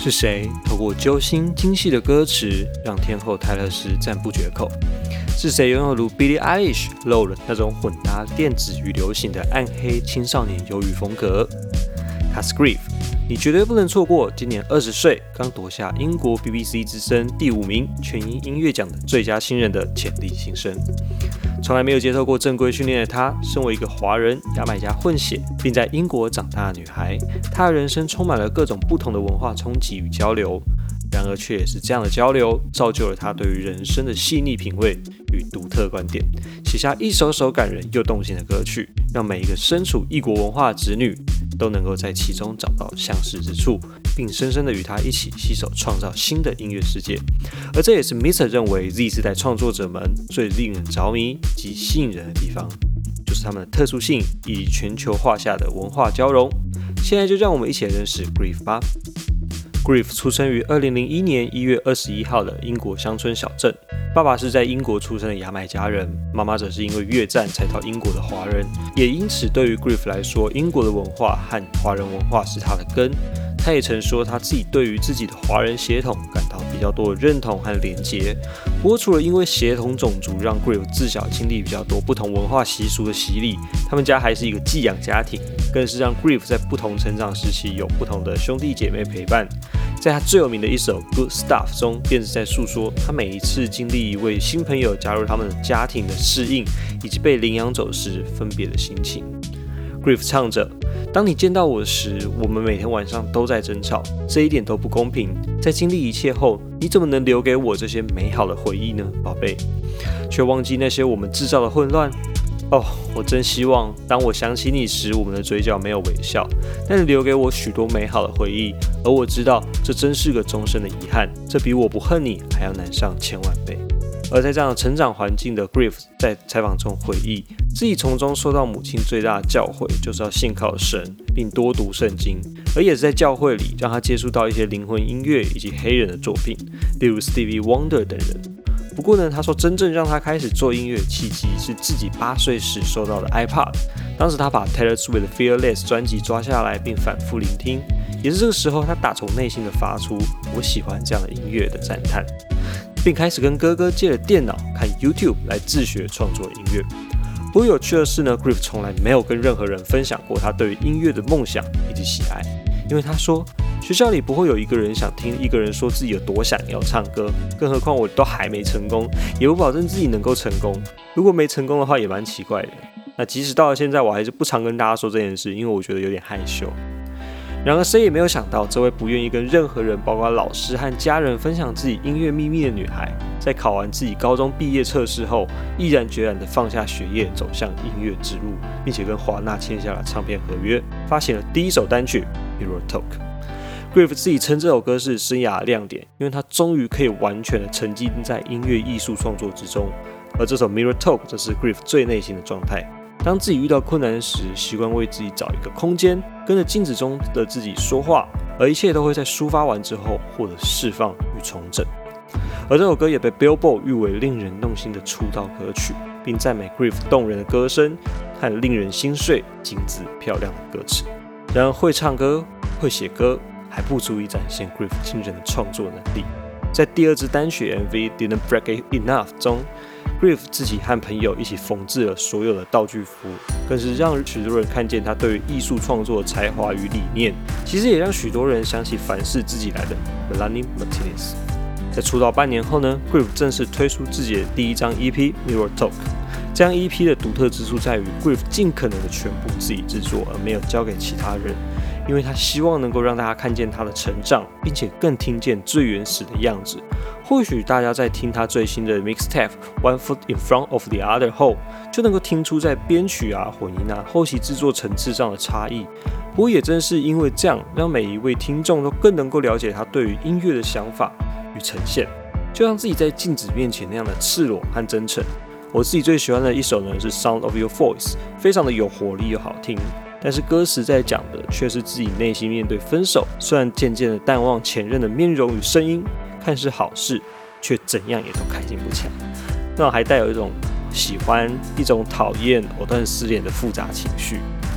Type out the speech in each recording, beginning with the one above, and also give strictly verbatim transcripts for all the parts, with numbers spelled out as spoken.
是谁透过揪心精细的歌词，让天后泰勒斯赞不绝口？是谁拥有如 Billie Eilish、Lorde 那种混搭电子与流行的暗黑青少年忧郁风格？他是 Griff， 你绝对不能错过今年二十岁，刚夺下英国 B B C 之声第五名全英音乐奖的最佳新人的潜力新生。从来没有接受过正规训练的她，身为一个华人、牙买加混血，并在英国长大的女孩，她的人生充满了各种不同的文化冲击与交流。然而，却也是这样的交流，造就了她对于人生的细腻品味与独特观点，写下一首首感人又动心的歌曲，让每一个身处异国文化的子女都能够在其中找到相似之处，并深深的与她一起携手创造新的音乐世界。而这也是 Mister 认为 Z 世代创作者们最令人着迷及吸引人的地方，就是他们的特殊性以及全球化下的文化交融。现在就让我们一起来认识 Griff 吧。Griff 出生于二零零一年一月二十一号的英国乡村小镇，爸爸是在英国出生的牙买加人，妈妈则是因为越战才到英国的华人，也因此对于 Griff 来说，英国的文化和华人文化是他的根。他也曾说他自己对于自己的华人血统感到比较多的认同和连结。不过除了因为血统种族让 Griff 自小经历比较多不同文化习俗的洗礼，他们家还是一个寄养家庭，更是让 Griff 在不同成长时期有不同的兄弟姐妹陪伴。在他最有名的一首 Good Stuff 中，便是在诉说他每一次经历一位新朋友加入他们的家庭的适应，以及被领养走时分别的心情。Griff 唱着，当你见到我时，我们每天晚上都在争吵，这一点都不公平。在经历一切后，你怎么能留给我这些美好的回忆呢，宝贝？却忘记那些我们制造的混乱？哦，我真希望当我想起你时，我们的嘴角没有微笑，但你留给我许多美好的回忆，而我知道这真是个终身的遗憾，这比我不恨你还要难上千万倍。而在这样的成长环境的 Griff 在采访中回忆，自己从中受到母亲最大的教诲，就是要信靠神，并多读圣经，而也是在教会里让他接触到一些灵魂音乐以及黑人的作品，例如 Stevie Wonder 等人。不过呢，他说真正让他开始做音乐的契机是自己八岁时收到的 iPod， 当时他把 Taylor Swift 的 Fearless 专辑抓下来并反复聆听，也是这个时候他打从内心的发出我喜欢这样的音乐的赞叹，并开始跟哥哥借了电脑看 YouTube 来自学创作音乐。不过有趣的是呢 Griff 从来没有跟任何人分享过他对于音乐的梦想以及喜爱，因为他说学校里不会有一个人想听一个人说自己有多想要唱歌，更何况我都还没成功，也不保证自己能够成功。如果没成功的话也蛮奇怪的。那即使到了现在，我还是不常跟大家说这件事，因为我觉得有点害羞。然而谁也没有想到，这位不愿意跟任何人包括老师和家人分享自己音乐秘密的女孩，在考完自己高中毕业测试后，毅然决然地放下学业，走向音乐之路，并且跟华纳签下了唱片合约，发行了第一首单曲 Mirror Talk。Griff 自己称这首歌是生涯的亮点，因为他终于可以完全的沉浸在音乐艺术创作之中。而这首 Mirror Talk 则是 Griff 最内心的状态。当自己遇到困难时，习惯为自己找一个空间，跟着镜子中的自己说话，而一切都会在抒发完之后获得释放与重整。而这首歌也被 Billboard 誉为令人动心的出道歌曲，并赞美 Griff 动人的歌声和令人心碎、精致漂亮的歌词。然而会唱歌、会写歌还不足以展现 Griff 惊人的创作能力。在第二支单曲 M V Didn't Break Enough 中， Griff 自己和朋友一起缝制了所有的道具服，更是让许多人看见他对于艺术创作的才华与理念，其实也让许多人想起凡是自己来的 Melanie Martinez。 在出道半年后呢， Griff 正式推出自己的第一张 E P Mirror Talk。 这张 E P 的独特之处在于 Griff 尽可能的全部自己制作，而没有交给其他人，因为他希望能够让大家看见他的成长，并且更听见最原始的样子。或许大家在听他最新的 Mixtape One Foot in Front of the Other 后，就能够听出在编曲啊、混音啊、后期制作层次上的差异。不过也正是因为这样，让每一位听众都更能够了解他对于音乐的想法与呈现，就像自己在镜子面前那样的赤裸和真诚。我自己最喜欢的一首呢是 Sound of Your Voice， 非常的有活力又好听。但是歌词在讲的却是自己内心面对分手，虽然渐渐的淡忘前任的面容与声音，看似好事，却怎样也都开心不起来。那还带有一种喜欢、一种讨厌、藕断丝连的复杂情绪。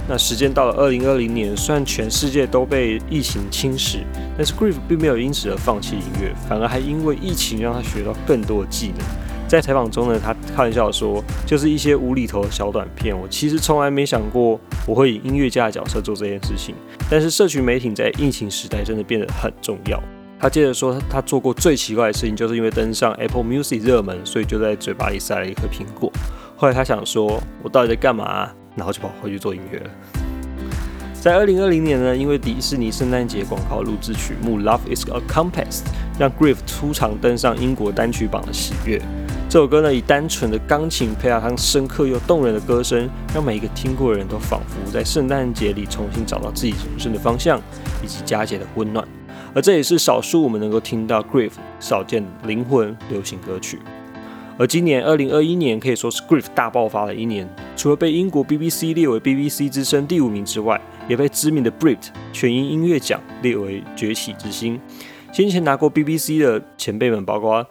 那时间到了二零二零年，虽然全世界都被疫情侵蚀，但是 Griff 并没有因此而放弃音乐，反而还因为疫情让他学到更多的技能。在采访中呢，他开玩笑说，就是一些无厘头的小短片，我其实从来没想过我会以音乐家的角色做这件事情，但是社群媒体在疫情时代真的变得很重要。他接着说，他做过最奇怪的事情，就是因为登上 Apple Music 热门，所以就在嘴巴里塞了一颗苹果。后来他想说，我到底在干嘛啊？然后就跑回去做音乐了。在二零二零年呢，因为迪士尼圣诞节广告录制曲目《Love Is a Compass》，让 Griff 出场登上英国单曲榜的喜悦。这首歌呢，以单纯的钢琴配合它深刻又动人的歌声，让每一个听过的人都仿佛在圣诞节里重新找到自己人生的方向，以及佳节的温暖。而这也是少数我们能够听到 Griff 少见的灵魂流行歌曲。而今年二零二一年可以说是 Griff 大爆发的一年，除了被英国 B B C 列为 B B C 之声第五名之外，也被知名的 Brit 全英音乐奖列为崛起之星。先前拿过 B B C 的前辈们包括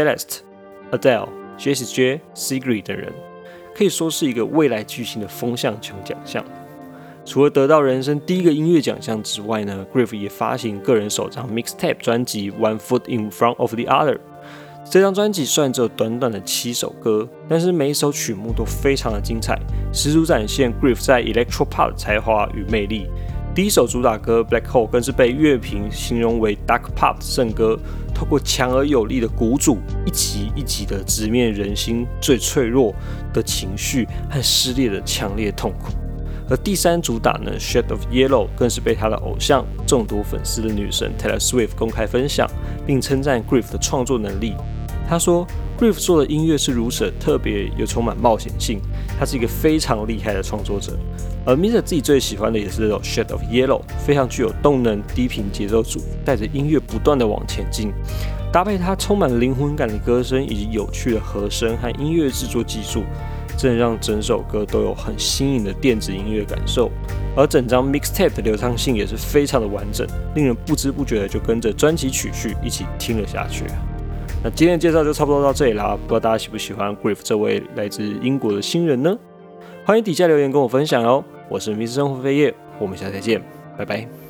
Celeste、Adele、Jessie J、Sigrid 等人，可以说是一个未来巨星的风向球奖项。除了得到人生第一个音乐奖项之外呢 ，Griff 也发行个人首张 mixtape 专辑《One Foot in Front of the Other》。这张专辑虽然只有短短的七首歌，但是每一首曲目都非常的精彩，十足展现 Griff 在 Electropop 的才华与魅力。第一首主打歌《Black Hole》更是被乐评形容为 Dark Pop 圣歌，透过强而有力的鼓组，一级一级的直面人心最脆弱的情绪和撕裂的强烈痛苦。而第三主打呢，《Shade of Yellow》更是被他的偶像、众多粉丝的女神 Taylor Swift 公开分享，并称赞 Griff 的创作能力。他说 ，Griff 做的音乐是如此的特别又充满冒险性，他是一个非常厉害的创作者。而 Misa 自己最喜欢的也是这首《Shade of Yellow》，非常具有动能、低频节奏组，带着音乐不断的往前进，搭配他充满灵魂感的歌声以及有趣的和声和音乐制作技术。真的让整首歌都有很新颖的电子音乐感受，而整张 mixtape 的流畅性也是非常的完整，令人不知不觉的就跟着专辑曲序一起听了下去。那今天的介绍就差不多到这里啦，不知道大家喜不喜欢 Griff 这位来自英国的新人呢？欢迎底下留言跟我分享哦。我是迷失生活飞叶，我们下次再见，拜拜。